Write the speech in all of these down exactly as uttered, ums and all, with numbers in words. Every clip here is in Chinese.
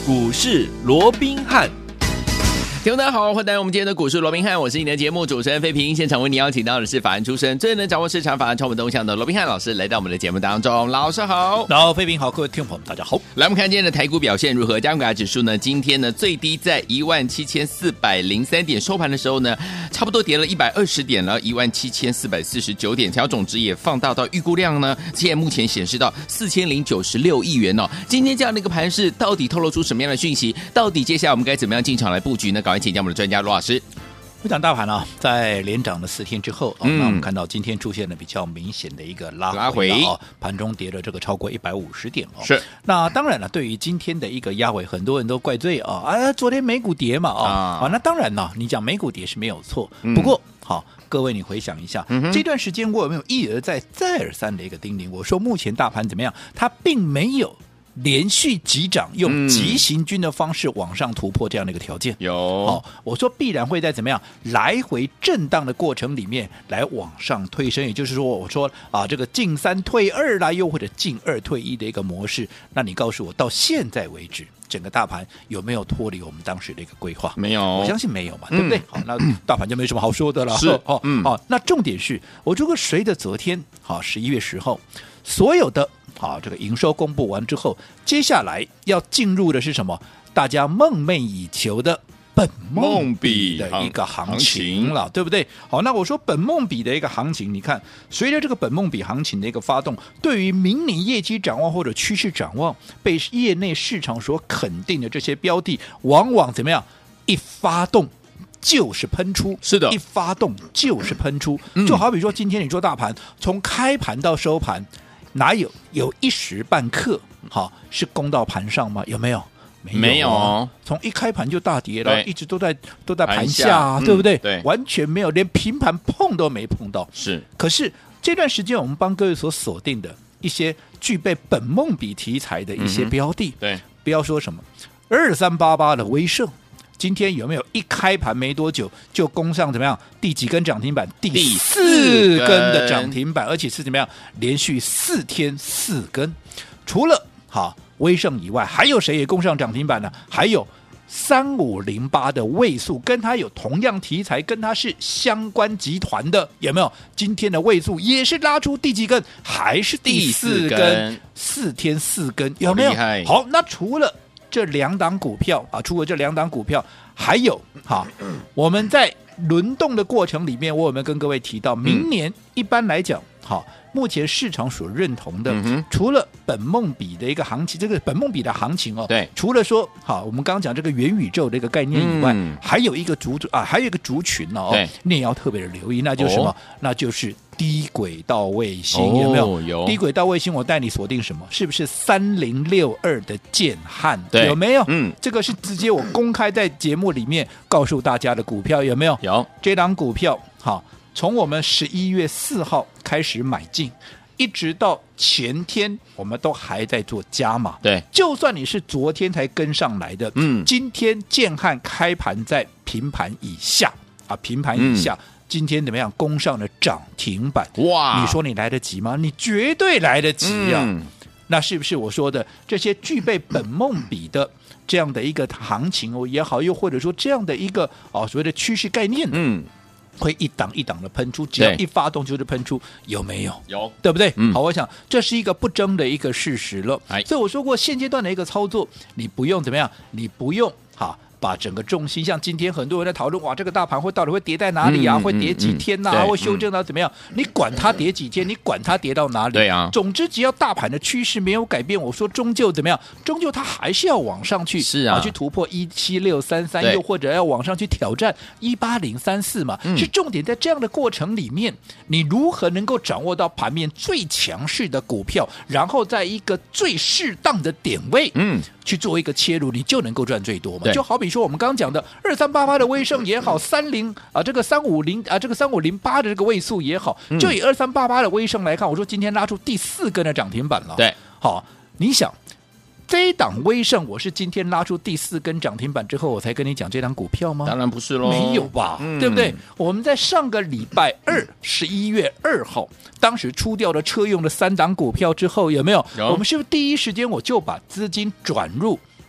股市罗宾汉。 听众大家好，欢迎来到我们今天的股市罗宾汉，我是你的节目主持人费平。现场为你邀请到的是法案出身、最能掌握市场法案传闻动向的罗宾汉老师，来到我们的节目当中。老师好。 然后费平好，各位听众朋友们大家好。 来，我们看今天的台股表现如何？加权指数呢，今天呢最低在一万七千四百零三点，收盘的时候呢，差不多跌了一百二十点了，一万七千四百四十九点，成交总值也放大到预估量呢，现在目前显示到四千零九十六亿元哦。今天这样的一个盘势，到底透露出什么样的讯息？到底接下来我们该怎么样进场来布局呢？赶快请教我们的专家罗老师。 我讲大盘啊，在连涨了四天之后，哦嗯、那我们看到今天出现了比较明显的一个拉回，拉回哦，盘中跌了这个超过一百五十点哦。 是。 那当然了，对于今天的一个压回，很多人都怪罪啊，啊，昨天美股跌嘛，哦，啊，啊那当然呢，你讲美股跌是没有错，嗯、不过好。各位，你回想一下，嗯、这段时间我有没有一而再、再而三的一个叮咛？我说目前大盘怎么样？它并没有连续急涨，用急行军的方式往上突破这样的一个条件。 有、 哦，我说必然会在怎么样来回震荡的过程里面来往上推升，也就是说，我说啊，这个进三退二啦，又或者进二退一的一个模式。那你告诉我，到现在为止，整个大盘有没有脱离我们当时的一个规划？ 没有， 我相信没有嘛，嗯、对不对？好，那大盘就没什么好说的了。 是， 哦，嗯，好，那重点是我如果随着昨天，好，十一月十号，所有的。好，这个营收公布完之后，接下来要进入的是什么？大家梦寐以求的本梦比的一个行情了，对不对？好，那我说本梦比的一个行情，你看，随着这个本梦比行情的一个发动，对于明年业绩展望或者趋势展望，被业内市场所肯定的这些标的，往往怎么样？一发动。就是喷出， 是的， 一发动就是喷出，嗯、就好比说今天你做大盘，从开盘到收盘，哪有有一时半刻好是攻到盘上吗？有没有？没有、啊， 没有。 从一开盘就大跌了，一直都在都在盘下、啊，对不对？ 嗯、对， 完全没有，连平盘碰都没碰到。 是， 可是这段时间我们帮各位所锁定的一些具备本梦比题材的一些标的，嗯、 对， 不要说什么二三八八的威盛。今天有没有一开盘没多久就攻上怎么样第几根涨停板？第四根的涨停板，而且是怎么样连续四天四根。除了好威盛以外，还有谁也攻上涨停板呢？还有三五零八的位数，跟它有同样题材，跟它是相关集团的，有没有？今天的位数也是拉出第几根？还是第四根？四天四根，有没有？好，那除了这两档股票啊，除了这两档股票，还有好，我们在轮动的过程里面，我有没有跟各位提到，明年一般来讲，好，目前市场所认同的，嗯、除了本梦比的一个行情，这个本梦比的行情哦， 对， 除了说好，我们刚刚讲这个元宇宙的一个概念以外，嗯、还有一个族啊，还有一个族群哦，你也要特别的留意，那就是什么？哦、那就是低轨道卫星，哦、有没有？ 有低轨道卫星，我带你锁定什么？是不是三零六二的建汉？有没有？ 嗯， 这个是直接我公开在节目里面告诉大家的股票，有没有？ 有。 这档股票，好，从我们十一月四号开始买进，一直到前天，我们都还在做加码。 对， 就算你是昨天才跟上来的，嗯，今天建汉开盘在平盘以下啊，平盘以下。嗯，今天怎么样？攻上了涨停板，哇！你说你来得及吗？你绝对来得及啊！嗯、那是不是我说的这些具备本梦比的这样的一个行情哦也好，又或者说这样的一个哦所谓的趋势概念，嗯，会一档一档的喷出，只要一发动就是喷出，有没有？ 有， 对不对？ 嗯、 好，我想这是一个不争的一个事实了。所以我说过，现阶段的一个操作，你不用怎么样，你不用哈。把整个重心，像今天很多人在讨论，哇，这个大盘会到底会跌在哪里啊？嗯、会跌几天呐、啊？嗯、会修正到怎么样？嗯、你管它跌几天，你管它跌到哪里？ 对啊。 总之，只要大盘的趋势没有改变，我说终究怎么样？终究它还是要往上去， 是啊， 去突破一七六三三，又或者要往上去挑战一八零三四嘛。嗯、是重点在这样的过程里面，你如何能够掌握到盘面最强势的股票，然后在一个最适当的点位，嗯。去做一个切入，你就能够赚最多嘛。就好比说我们刚刚讲的二三八八的威盛也好，三零啊这个三五零啊这个三五零八的这个位数也好，就以二三八八的威盛来看，我说今天拉出第四根的涨停板了。 对， 好，你想这一档威盛，我是今天拉出第四根涨停板之后，我才跟你讲这档股票吗？ 当然不是咯， 没有吧，嗯、对不对？我们在上个礼拜二，十一月二号，当时出掉了车用的三档股票之后，有没有？ 有。 我们是不是第一时间我就把资金转入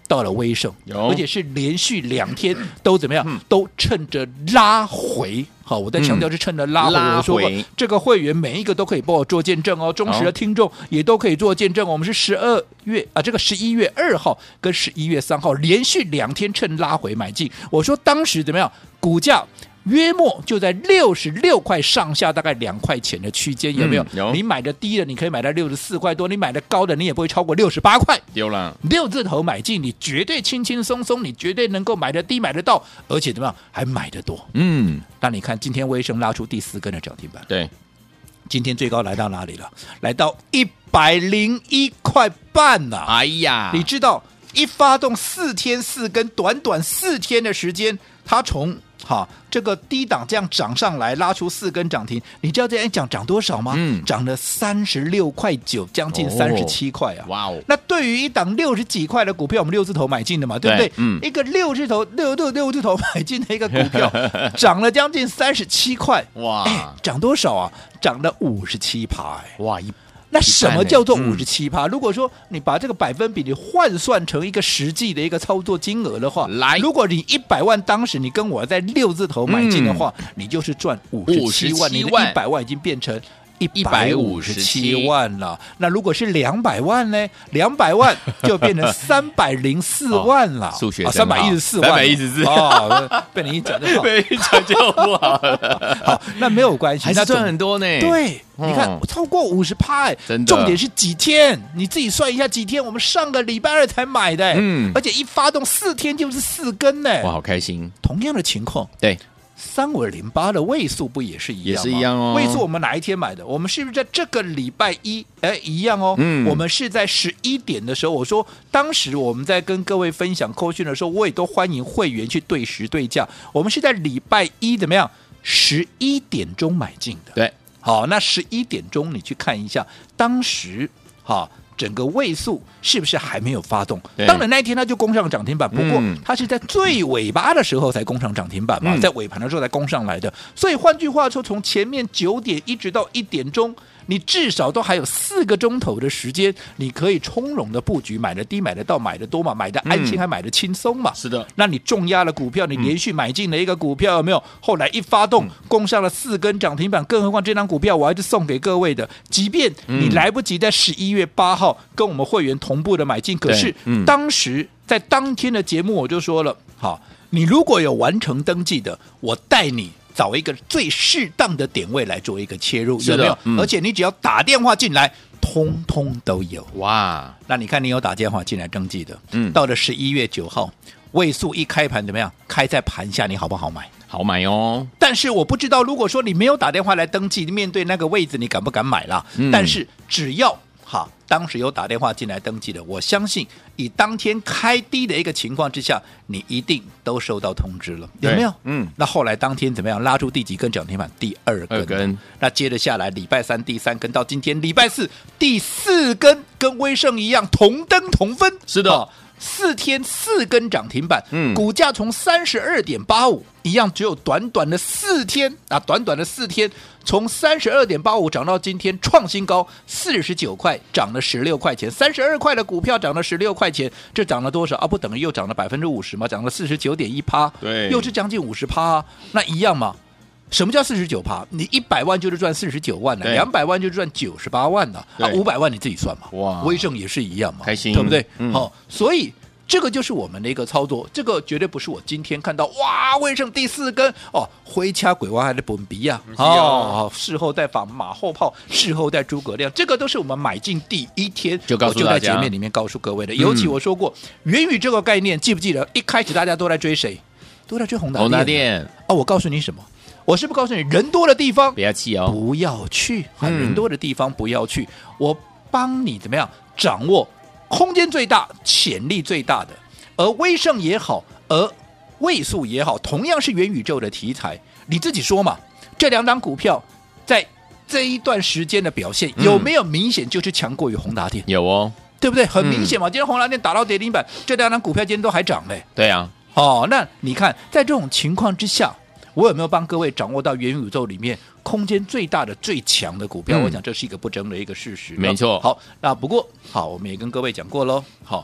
到了威盛， 有而且是连续两天都怎么样？嗯、都趁着拉回。好，我在强调是趁着拉回。 嗯、 我说过，这个会员每一个都可以帮我做见证哦，忠实的听众也都可以做见证。我们是十二月啊，这个十一月二号跟十一月三号连续两天趁拉回买进。我说当时怎么样？股价约莫就在六十六块上下，大概两块钱的区间，有没有？ 嗯、有。 你买的低的，你可以买到六十四块多；你买的高的，你也不会超过六十八块。 丢了六字头买进，你绝对轻轻松松，你绝对能够买得低、买得到，而且怎么样，还买得多。 嗯， 那你看今天威盛拉出第四根的涨停板， 对， 今天最高来到哪里了？来到一百零一块半呐！ 哎呀， 你知道一发动四天四根，短短四天的时间，它从好，这个低档这样涨上来，拉出四根涨停，你知道这样讲涨多少吗？ 嗯， 涨了三十六块九，将近三十七块啊！ 哇哦！ 那对于一档六十几块的股票，我们六字头买进的嘛，对不对？ 对嗯， 一个六字头六六六字头买进的一个股票，涨了将近三十七块， 哇！ 哎，涨多少啊？涨了五十七趴，哎， 哇一。 那什么叫做五十七趴？如果说你把这个百分比你换算成一个实际的一个操作金额的话， 来， 如果你一百万当时你跟我在六字头买进的话，嗯、你就是赚五十七万，你的一百万已经变成一百五十七万了。那如果是两百万呢？两百万就变成三百零四万了。 数学三百一十四万， 三百一十四哦，被你一讲就好， 被你一讲就不好了。 好，那没有关系， 还是赚很多呢。 对。你看，超过五十趴，哎，重点是几天？你自己算一下，几天？我们上个礼拜二才买的，嗯，而且一发动四天就是四根呢， 哇，好开心！ 同样的情况， 对， 三五零八的位数不也是一样？ 也是一样哦。 位数我们哪一天买的？我们是不是在这个礼拜一？哎，一样哦。嗯，我们是在十一点的时候，我说当时我们在跟各位分享扣讯的时候，我也都欢迎会员去对时对价。我们是在礼拜一怎么样？十一点钟买进的， 对。 好，那十一点钟你去看一下，当时哈整个位数是不是还没有发动？当然那一天它就攻上涨停板，不过它是在最尾巴的时候才攻上涨停板嘛，嗯、在尾盘的时候才攻上来的。所以换句话说，从前面九点一直到一点钟，你至少都还有四个钟头的时间，你可以从容的布局，买的低买得到，买的多嘛，买的安心还买的轻松嘛。 是的， 那你重压的股票，你连续买进了一个股票，有没有？后来一发动，攻上了四根涨停板，更何况这张股票我还是送给各位的，即便你来不及在十一月八号跟我们会员同步的买进，可是当时在当天的节目我就说了，好，你如果有完成登记的，我带你找一个最适当的点位来做一个切入，有没有？嗯、而且你只要打电话进来，通通都有。 哇！ 那你看你有打电话进来登记的，嗯，到了十一月九号，位数一开盘怎么样？开在盘下，你好不好买？ 好买哦。 但是我不知道，如果说你没有打电话来登记，面对那个位置，你敢不敢买啦？嗯、但是只要哈，当时有打电话进来登记的，我相信以当天开低的一个情况之下，你一定都收到通知了，有没有？嗯。那后来当天怎么样？拉出第几根涨停板？第二根。 二根。 那接着下来，礼拜三第三根，到今天礼拜四第四根，跟威盛一样同登同分。 是的。哦， 四天四根涨停板，嗯，股价从三十二点八五一样，只有短短的四天啊，短短的四天，从三十二点八五涨到今天创新高四十九块，涨了十六块钱，三十二块的股票涨了十六块钱，这涨了多少啊？不等于又涨了百分之五十吗？涨了四十九点一趴， 对， 又是将近五十趴，啊，那一样嘛。什么叫四十九趴？你一百万就是赚四十九万了，两百万就是赚九十八万了，啊，五百万你自己算嘛。哇，威盛也是一样嘛， 开心， 对不对？好， 嗯哦，所以这个就是我们的一个操作，这个绝对不是我今天看到哇，威盛第四根哦，灰掐鬼娃还在本鼻呀，哦，事后再放马后炮，事后再诸葛亮，这个都是我们买进第一天就告诉大家， 我就在节目里面告诉各位的。尤其我说过，嗯、元宇宙这个概念，记不记得？一开始大家都在追谁？都在追宏达电。 宏达电哦，我告诉你什么？我是不是告诉你，人多的地方不要气哦， 不要去，啊，人多的地方不要去。我帮你怎么样掌握空间最大、潜力最大的，而威盛也好，而位数也好，同样是元宇宙的题材。你自己说嘛，这两档股票在这一段时间的表现，嗯、有没有明显就是强过于宏达电？ 有哦， 对不对？很明显嘛。嗯、今天宏达电打到跌停板，这两档股票今天都还涨嘞。 对啊， 哦，那你看，在这种情况之下，我有没有帮各位掌握到元宇宙里面空间最大的、最强的股票？嗯、我想这是一个不争的一个事实。 没错。 好，那不过好，我们也跟各位讲过喽。好，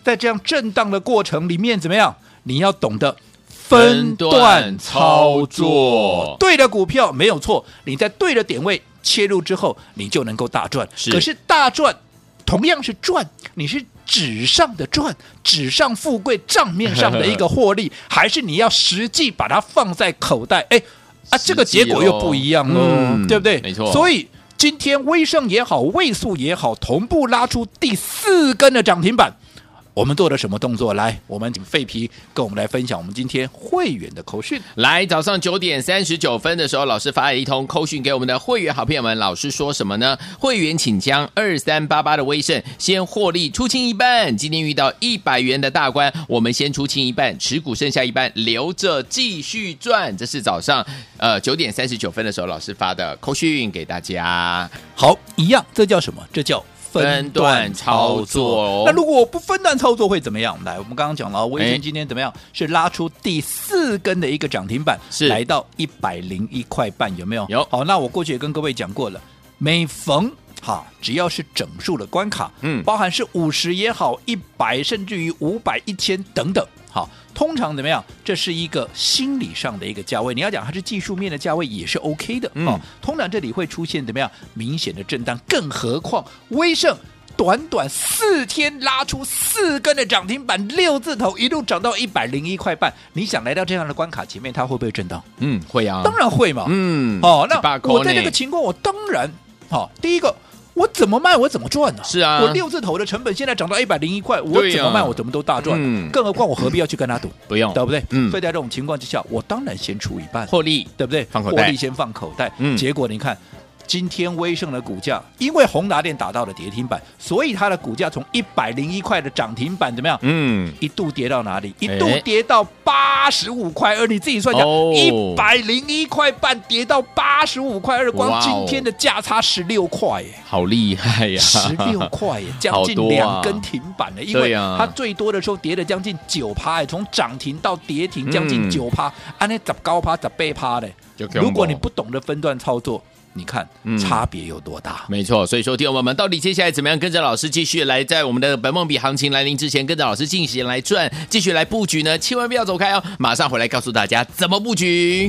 在这样震荡的过程里面怎么样？你要懂得分段操作，对的股票没有错，你在对的点位切入之后，你就能够大赚。 是可是大赚同样是赚，你是纸上的赚，纸上富贵，账面上的一个获利，还是你要实际把它放在口袋？哎啊，这个结果又不一样喽，嗯、对不对？ 没错。 所以今天威盛也好，位数也好，同步拉出第四根的涨停板。我们做了什么动作？来，我们请废皮跟我们来分享我们今天会员的口讯。 来，早上九点三十九分的时候，老师发了一通口讯给我们的会员好朋友们。老师说什么呢？会员请将二三八八的威盛先获利出清一半，今天遇到一百元的大关，我们先出清一半，持股剩下一半留着继续赚。这是早上呃九点三十九分的时候，老师发的口讯给大家。 好，一样，这叫什么？这叫分段操作、哦。 那如果我不分段操作会怎么样？来，我们刚刚讲了，威盛今天怎么样？是拉出第四根的一个涨停板， 是来到一百零一块半，有没有？ 有。 好，那我过去也跟各位讲过了，每逢哈只要是整数的关卡，嗯，包含是五十也好，一百甚至于五百、一千等等，好。通常怎么样？这是一个心理上的一个价位，你要讲它是技术面的价位也是 OK 的、嗯、哦。通常这里会出现怎么样明显的震荡，更何况威盛短短四天拉出四根的涨停板，六字头一路涨到一百零一块半。你想来到这样的关卡前面，它会不会震荡？ 嗯，会啊， 当然会嘛。嗯，哦，那我在这个情况，我当然好、哦，第一个。我怎么卖我怎么赚呢、啊？ 是啊， 我六字头的成本现在涨到一百零一块，我怎么卖我怎么都大赚、嗯。更何况我何必要去跟他赌？ 不用， 对不对？ 嗯。 所以在这种情况之下，我当然先出一半获利， 对不对？ 放口袋， 获利先放口袋。 嗯。 结果你看，今天威盛的股价，因为宏达电打到了跌停板，所以它的股价从一百零一块的涨停板怎么样？嗯。一度跌到哪里？一度跌到八十五块二。你自己算讲，一百零一块半跌到八十五块二，光今天的价差十六块耶。 好厉害呀！ 十六块耶，将近两根停板了、啊。因为它最多的时候跌了将近九趴，从涨停到跌停将近九趴，按那十高趴、十八趴的。如果你不懂得分段操作，你看差别有多大、 嗯？没错，所以说听众朋友们，到底接下来怎么样跟着老师继续来在我们的本梦比行情来临之前，跟着老师进行来赚，继续来布局呢？千万不要走开哦，马上回来告诉大家怎么布局。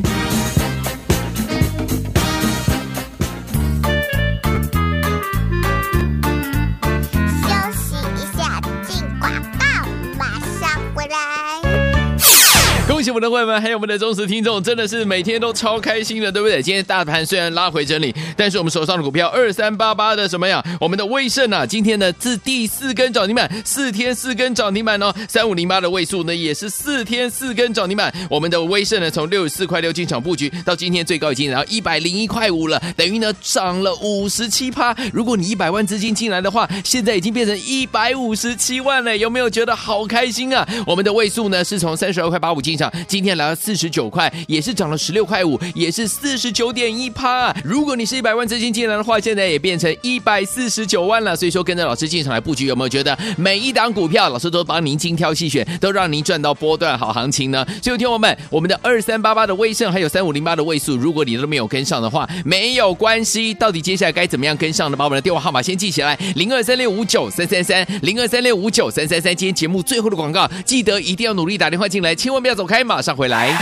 恭喜我们的会员们，还有我们的忠实听众，真的是每天都超开心的，对不对？今天大盘虽然拉回整理，但是我们手上的股票二三八八的什么呀？我们的威盛啊，今天呢自第四根涨停板，四天四根涨停板哦。三五零八的位数呢也是四天四根涨停板。我们的威盛呢从六十四块六进场布局，到今天最高已经来到一百零一块五了，等于呢涨了五十七趴。如果你一百万资金进来的话，现在已经变成一百五十七万了，有没有觉得好开心啊？我们的位数呢是从三十二块八五进场。今天来到四十九块，也是涨了十六块五，也是 四十九点一趴。如果你是一百万资金进来的话，现在也变成一百四十九万了。所以说跟着老师进场来布局，有没有觉得每一档股票老师都帮您精挑细选，都让您赚到波段好行情呢？所以听我们，我们的二三八八的威盛还有三五零八的位数，如果你都没有跟上的话，没有关系。到底接下来该怎么样跟上呢？把我们的电话号码先记起来，零二三六五九三三三，零二三六五九三三三。今天节目最后的广告，记得一定要努力打电话进来，千万不要走开，马上回来。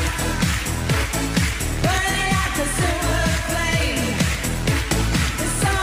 Burning out the silver flame.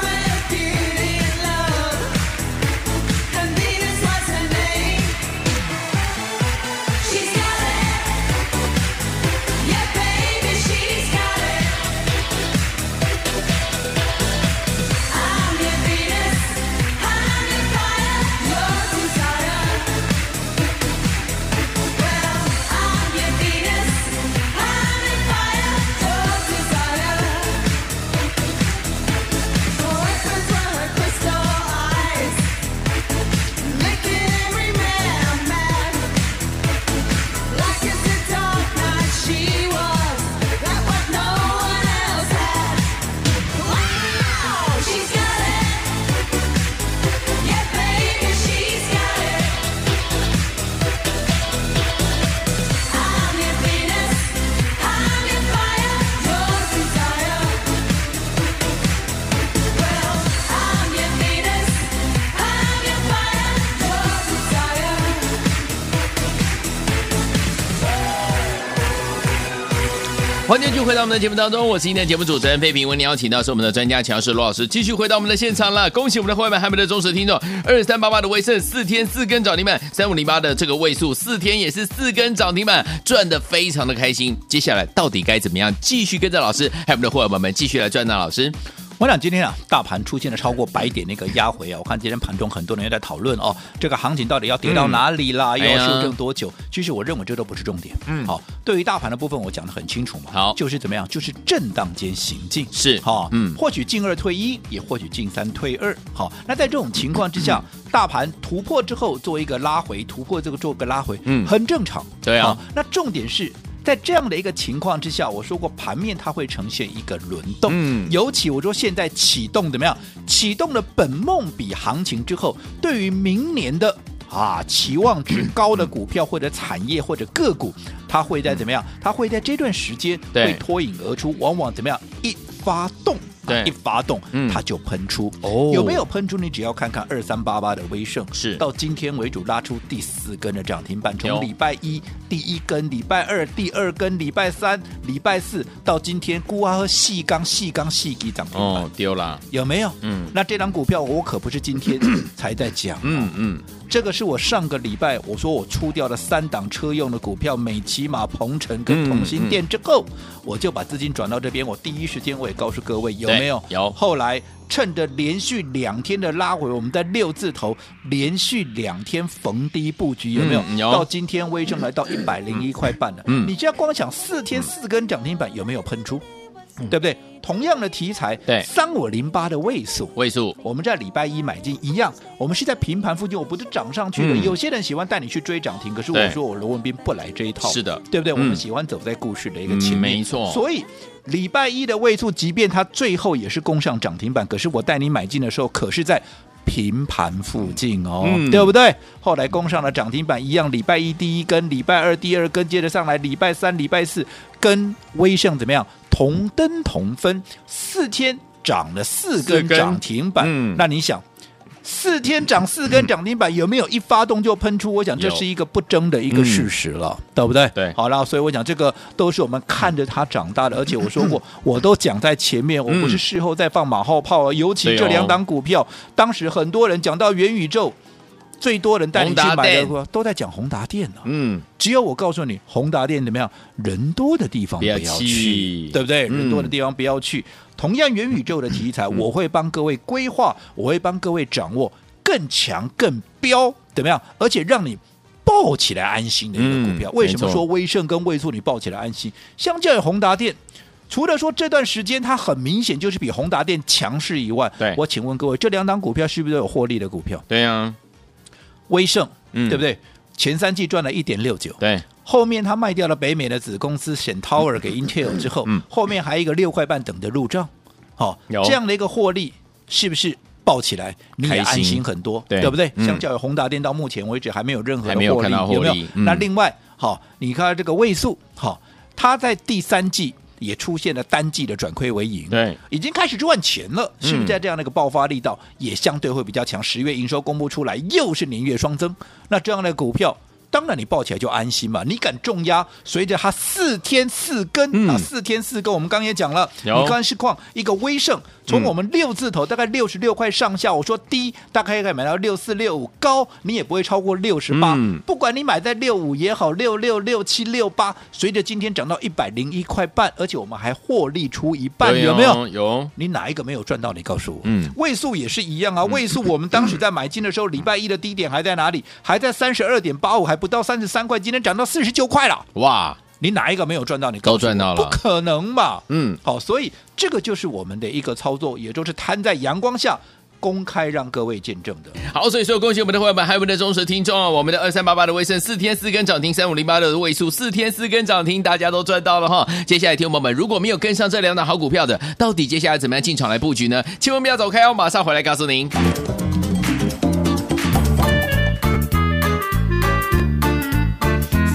欢迎继续回到我们的节目当中，我是今天的节目主持人费平。为您邀请到是我们的专家强势罗老师，继续回到我们的现场了。恭喜我们的会员还有我们的忠实听众，二三八八的威盛四天四根涨停板，三五零八的这个位数四天也是四根涨停板，赚得非常的开心。接下来到底该怎么样继续跟着老师还有我们的会员们继续来赚呢？老师， 我想今天啊，大盘出现了超过百点的一个压回啊，我看今天盘中很多人在讨论哦，这个行情到底要跌到哪里啦，嗯、又要修正多久？哎、其实我认为这都不是重点。嗯，好，对于大盘的部分我讲得很清楚嘛， 好， 就是怎么样，就是震荡间行进， 是好、哦，嗯，或许进二退一，也或许进三退二，好，那在这种情况之下，嗯、大盘突破之后做一个拉回，突破这个做个拉回，嗯，很正常， 对啊， 那重点是。在这样的一个情况之下，我说过盘面它会呈现一个轮动，嗯，尤其我说现在启动怎么样？启动了本梦比行情之后，对于明年的啊期望值高的股票或者产业或者个股，它会在怎么样？它会在这段时间会脱颖而出，往往怎么样？一发动。 对， 一发动、嗯、它就喷出、哦、有没有喷出你只要看看二三八八的威盛，是到今天为主拉出第四根的涨停板，从礼拜一第一根，礼拜二第二根，礼拜三礼拜四到今天孤啊和细钢细钢细基涨停板哦丢了， 有没有？嗯，那这张股票我可不是今天才在讲、啊、嗯嗯，这个是我上个礼拜我说我出掉了三档车用的股票，美骑马、鹏程跟同心电之后、嗯嗯、我就把资金转到这边，我第一时间我也告诉各位有没有？ 有。 后来趁着连续两天的拉回，我们在六字头连续两天逢低布局，有没有？嗯、有到今天威盛来到一百零一块半了。嗯，你这样光想四天四根涨停板有没有喷出？嗯、对不对？同样的题材， 对三五零八的位数， 位数， 我们在礼拜一买进一样，我们是在平盘附近，我不是涨上去的。嗯、有些人喜欢带你去追涨停，可是我说我罗文彬不来这一套， 是的， 对不对？ 嗯、 我们喜欢走在故事的一个前面， 嗯、没错。 所以礼拜一的位数，即便它最后也是攻上涨停板，可是我带你买进的时候，可是在平盘附近哦，嗯、对不对？后来攻上了涨停板，一样，礼拜一第一根，礼拜二第二根，接着上来，礼拜三、礼拜四跟威盛怎么样？同登同分，四天涨了四根涨停板。嗯、那你想，四天涨四根涨停板，嗯、有没有一发动就喷出？我想这是一个不争的一个事实了，嗯、对不对？ 对。 好了，所以我讲这个都是我们看着它长大的，而且我说过，嗯、我都讲在前面，我不是事后再放马后炮啊。嗯、尤其这两档股票，哦、当时很多人讲到元宇宙。最多人带你去买的都在讲宏达电呢、啊，嗯，只有我告诉你，宏达电怎么样？人多的地方不要去，对不对？嗯、人多的地方不要去。同样元宇宙的题材，嗯、我会帮各位规划，我会帮各位掌握更强、更标，怎么样？而且让你抱起来安心的一个股票。嗯、为什么说威盛跟位数你抱起来安心？相较于宏达电。除了说这段时间它很明显就是比宏达电强势以外， 对， 我请问各位，这两档股票是不是都有获利的股票？ 对啊。 威盛，嗯，对不对？前三季赚了 一点六九， 对，后面他卖掉了北美的子公司显 Tower 给 Intel 之后，嗯，后面还有一个六块半等着入账，好、哦，这样的一个获利是不是抱起来你也安心很多， 对, 对不对？嗯、相较于宏达电到目前为止还没有任何的获利， 有, 获利有没有？嗯、那另外，好、哦，你看这个位数，好、哦，它在第三季。也出现了单季的转亏为盈， 对，已经开始赚钱了，是不是在这样的一个爆发力道也相对会比较强？十月营收公布出来，又是年月双增，那这样的股票，当然你抱起来就安心嘛。你敢重压，随着它四天四根、嗯、啊，四天四根，我们刚刚也讲了，你看市况一个威盛。从我们六字头大概六十六块上下，我说低大概可以买到六四六五，高你也不会超过六十八。不管你买在六五也好，六六六七六八，随着今天涨到一百零一块半，而且我们还获利出一半，有没有？ 有。 你哪一个没有赚到？你告诉我。嗯，位数也是一样啊。位数我们当时在买进的时候，礼拜一的低点还在哪里？还在三十二点八五，还不到三十三块，今天涨到四十九块了。哇！你哪一个没有赚到？你都赚到了， 不可能嘛？嗯，好，所以这个就是我们的一个操作，也就是摊在阳光下公开让各位见证的。 好，所以说恭喜我们的会员们，还有我们的忠实听众啊！我们的二三八八的威盛四天四根涨停，三五零八的位数四天四根涨停，大家都赚到了哈！接下来听众朋友们，如果没有跟上这两档好股票的，到底接下来怎么样进场来布局呢？千万不要走开哦，马上回来告诉您。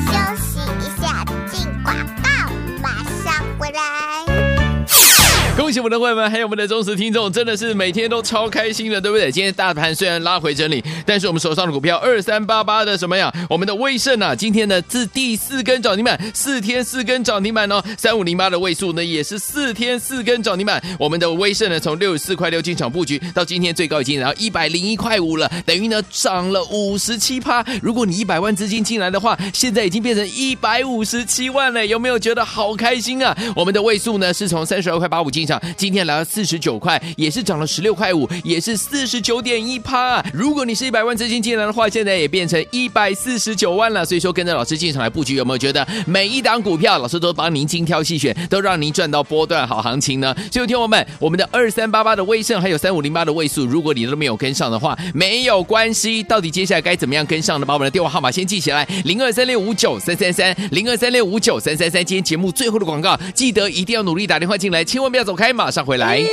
恭喜喜我们的会员们，还有我们的忠实听众，真的是每天都超开心的，对不对？今天大盘虽然拉回整理，但是我们手上的股票二三八八的什么呀？我们的威盛啊，今天呢是第四根涨停板，四天四根涨停板哦。三五零八的位数呢也是四天四根涨停板。我们的威盛呢从六十四块六进场布局，到今天最高已经来到一百零一块五了，等于呢涨了五十七趴。如果你一百万资金进来的话，现在已经变成一百五十七万了，有没有觉得好开心啊？我们的位数呢是从三十二块八五进场，今天来到四十九块，也是涨了十六块五，也是四十九点一趴。如果你是一百万资金进来的话，现在也变成一百四十九万了。所以说跟着老师进场来布局，有没有觉得每一档股票老师都帮您精挑细选，都让您赚到波段好行情呢？所以听我们，我们的二三八八的威盛还有三五零八的位数，如果你都没有跟上的话，没有关系。到底接下来该怎么样跟上呢？把我们的电话号码先记起来，零二三六五九三三三，零二三六五九三三三。今天节目最后的广告，记得一定要努力打电话进来，千万不要走开，马上回来。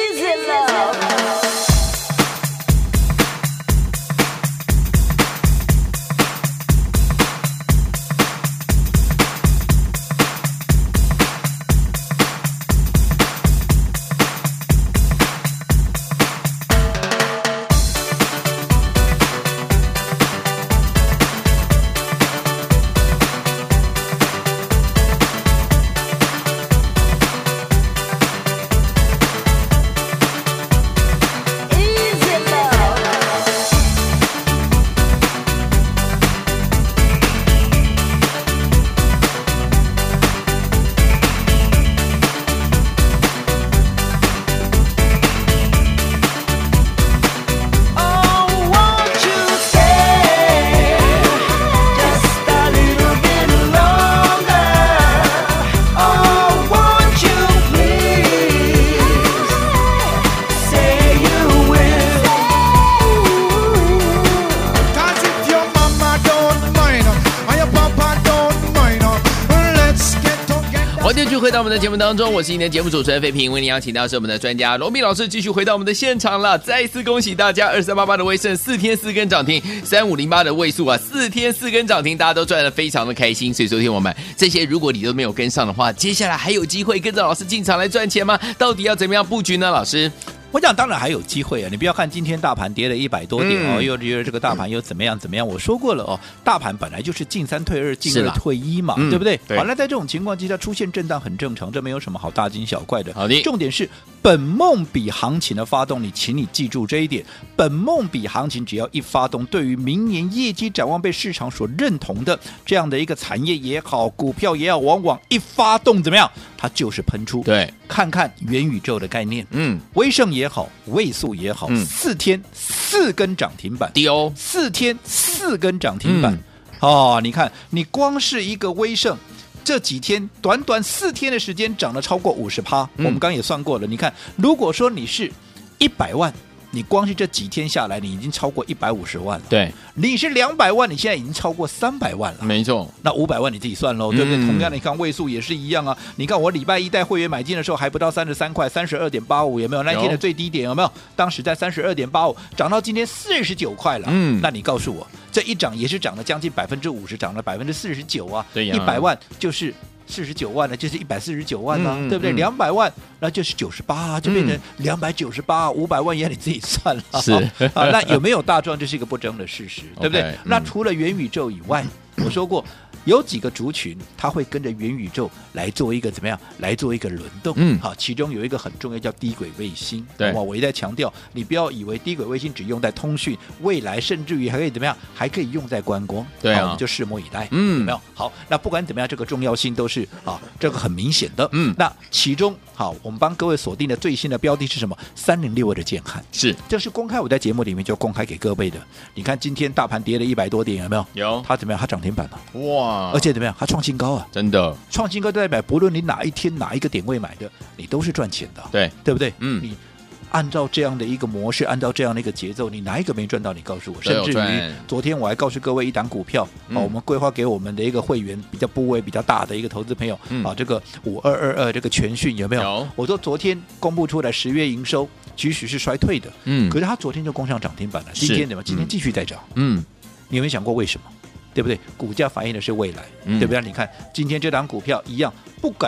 继续回到我们的节目当中，我是今天节目主持人费平，为您邀请到是我们的专家罗密老师，继续回到我们的现场了。再一次恭喜大家，二三八八的威盛四天四根涨停，三五零八的位数啊四天四根涨停，大家都赚得非常的开心。所以昨天我们这些，如果你都没有跟上的话，接下来还有机会跟着老师进场来赚钱吗？到底要怎么样布局呢？老师？ 我讲当然还有机会啊！你不要看今天大盘跌了一百多点哦， 嗯、 又觉得这个大盘又怎么样怎么样？我说过了哦，大盘本来就是进三退二，进二退一嘛，对不对？ 对好，那在这种情况之下出现震荡很正常，这没有什么好大惊小怪的。 好的， 重点是本梦比行情的发动，你请你记住这一点，本梦比行情只要一发动，对于明年业绩展望被市场所认同的这样的一个产业也好，股票也好，往往一发动怎么样？它就是喷出。 对， 看看元宇宙的概念， 嗯， 威盛也好，位素也好，嗯、四天四根涨停板， 丢四天四根涨停板，嗯、哦，你看，你光是一个威盛，这几天短短四天的时间涨了超过五十趴，我们刚刚也算过了，你看，如果说你是一百万。你光是这几天下来，你已经超过一百五十万了。 对， 你是两百万，你现在已经超过三百万了。 没错， 那五百万你自己算喽，对不对？嗯、同样的，你看位数也是一样啊。你看我礼拜一带会员买进的时候还不到三十三块，三十二点八五，有没有？那天的最低点有没有？当时在三十二点八五，涨到今天四十九块了。嗯，那你告诉我，这一涨也是涨了将近百分之五十，涨了百分之四十九啊。 对呀， 一百万就是四十九万呢，就是一百四十九万啊，嗯、对不对？两百、嗯、万那就是九十八啊，就变成两百九十八，五百万也你自己算了。 是啊，那有没有大赚，这是一个不争的事实，对不对？ okay, 那除了元宇宙以外，嗯、我说过。有几个族群，它会跟着元宇宙来做一个怎么样？来做一个轮动。嗯，好，其中有一个很重要叫低轨卫星。 对， 我一再强调，你不要以为低轨卫星只用在通讯，未来甚至于还可以怎么样？还可以用在观光。 对啊， 我们就拭目以待。嗯，有没有？好，那不管怎么样，这个重要性都是啊，这个很明显的。嗯，那其中好，我们帮各位锁定的最新的标的是什么？三零六二的建汉。 是， 这是公开，我在节目里面就公开给各位的。你看今天大盘跌了一百多点，有没有？ 有。 它怎么样？它涨停板了。 哇！ 而且怎么样？它创新高啊！ 真的， 创新高代表不论你哪一天哪一个点位买的，你都是赚钱的， 对对不对？ 嗯， 你按照这样的一个模式，按照这样的一个节奏，你哪一个没赚到？你告诉我。甚至于昨天我还告诉各位一档股票，嗯、啊，我们规划给我们的一个会员比较部位比较大的一个投资朋友，嗯、啊，这个五二二二这个全讯有没有？ 有。 我说昨天公布出来十月营收其实是衰退的，嗯，可是它昨天就攻上涨停板了，今天怎么？今天继续在涨，嗯，你有没有想过为什么？对不对？股价反映的是未来，嗯、对不对？你看今天这档股票一样，不管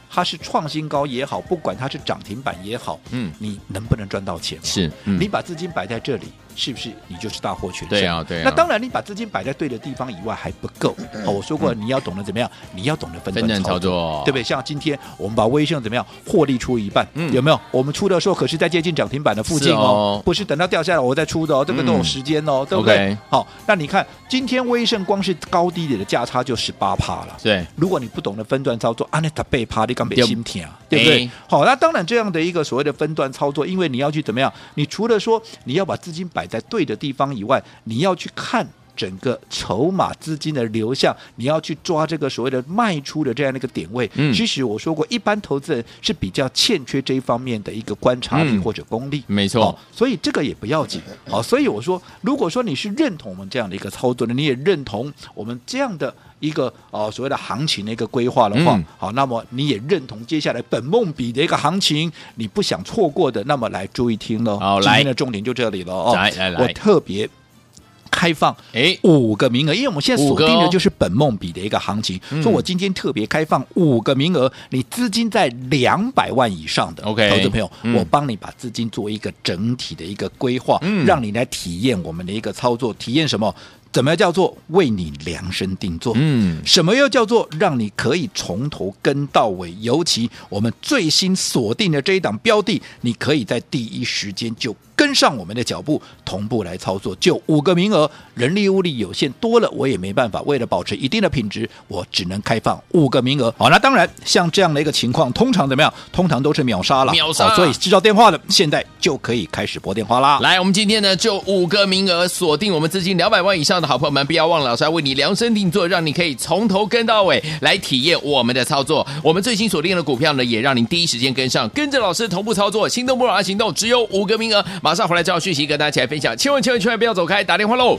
它是创新高也好，不管它是涨停板也好，嗯，你能不能赚到钱？ 是，嗯、 你把资金摆在这里，是不是你就是大获全胜？ 对啊，对啊。 那当然，你把资金摆在对的地方以外还不够。哦，我说过，你要懂得怎么样，你要懂得分段操作，对不对？像今天我们把威盛怎么样获利出一半，嗯、有没有？我们出的时候可是在接近涨停板的附近哦，哦不是等到掉下来我再出的哦，这个都有时间哦，嗯、对不对？ Okay. 好，那你看今天威盛光是高低点的价差就十八趴了。 对， 如果你不懂得分段操作，啊，那他被趴，你敢别心疼，对不对？欸、好，那当然这样的一个所谓的分段操作，因为你要去怎么样？你除了说你要把资金摆在对的地方以外，你要去看整个筹码资金的流向，你要去抓这个所谓的卖出的这样的一个点位。嗯，其实我说过，一般投资人是比较欠缺这一方面的一个观察力或者功力。 嗯、没错、 哦，所以这个也不要紧。好、哦，所以我说，如果说你是认同我们这样的一个操作的，你也认同我们这样的一个呃所谓的行情的一个规划的话，嗯、好，那么你也认同接下来本梦比的一个行情，你不想错过的，那么来注意听喽。好，今天的重点就这里了哦。 来来来， 我特别开放五个名额，因为我们现在锁定的就是本梦比的一个行情，哦、所以我今天特别开放五个名额，你资金在两百万以上的 OK 投资朋友， 嗯、 我帮你把资金做一个整体的一个规划，嗯、让你来体验我们的一个操作，体验什么？怎么叫做为你量身定做？嗯，什么又叫做让你可以从头跟到尾？尤其我们最新锁定的这一档标的，你可以在第一时间就跟上我们的脚步，同步来操作。就五个名额，人力物力有限，多了我也没办法。为了保持一定的品质，我只能开放五个名额。好，那当然像这样的一个情况，通常怎么样？通常都是秒杀了， 秒杀。 所以知道电话的，现在就可以开始拨电话啦。 来，我们今天呢就五个名额，锁定我们资金两百万以上的好朋友们，不要忘了，老师要为你量身定做，让你可以从头跟到尾来体验我们的操作。我们最新锁定的股票呢，也让您第一时间跟上，跟着老师同步操作，心动不马上行动，只有五个名额，马上回来找讯息跟大家一起来分享，千万千万千万不要走开，打电话喽！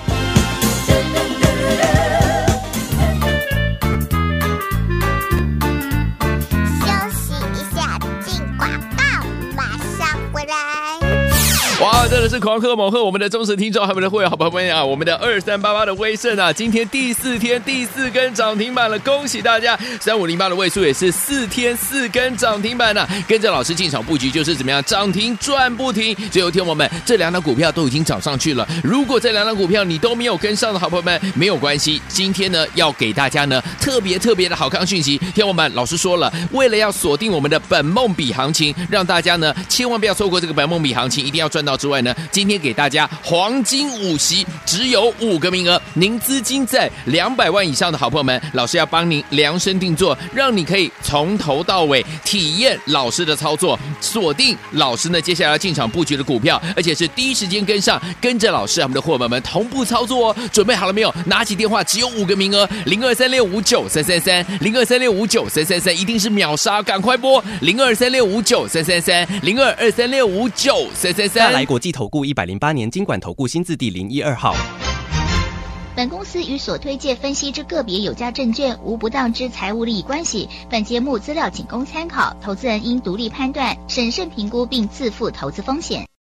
哇，真的是狂贺猛贺我们的忠实听众，还有我们的会员好朋友们啊！我们的二三八八的威盛啊，今天第四天第四根涨停板了，恭喜大家！三五零八的位数也是四天四根涨停板啊，跟着老师进场布局就是怎么样涨停赚不停。最后天我们这两档股票都已经涨上去了，如果这两档股票你都没有跟上的好朋友们，没有关系，今天呢要给大家呢特别特别的好康讯息。天我们老师说了，为了要锁定我们的本梦比行情，让大家呢千万不要错过这个本梦比行情，一定要赚到之外呢，今天给大家黄金五席，只有五个名额，您资金在两百万以上的好朋友们，老师要帮您量身定做，让你可以从头到尾体验老师的操作，锁定老师呢接下来要进场布局的股票，而且是第一时间跟上，跟着老师我们的伙伴们同步操作哦。准备好了没有？拿起电话，只有五个名额，零二三六五九三三三，零二三六五九三三三，一定是秒杀，赶快拨零二三六五九三三三，零二二三六五九三三三。 来国际投顾一百零八年金管投顾新字第零一二号。 本公司与所推介分析之个别有价证券无不当之财务利益关系。本节目资料仅供参考，投资人应独立判断、审慎评估并自负投资风险。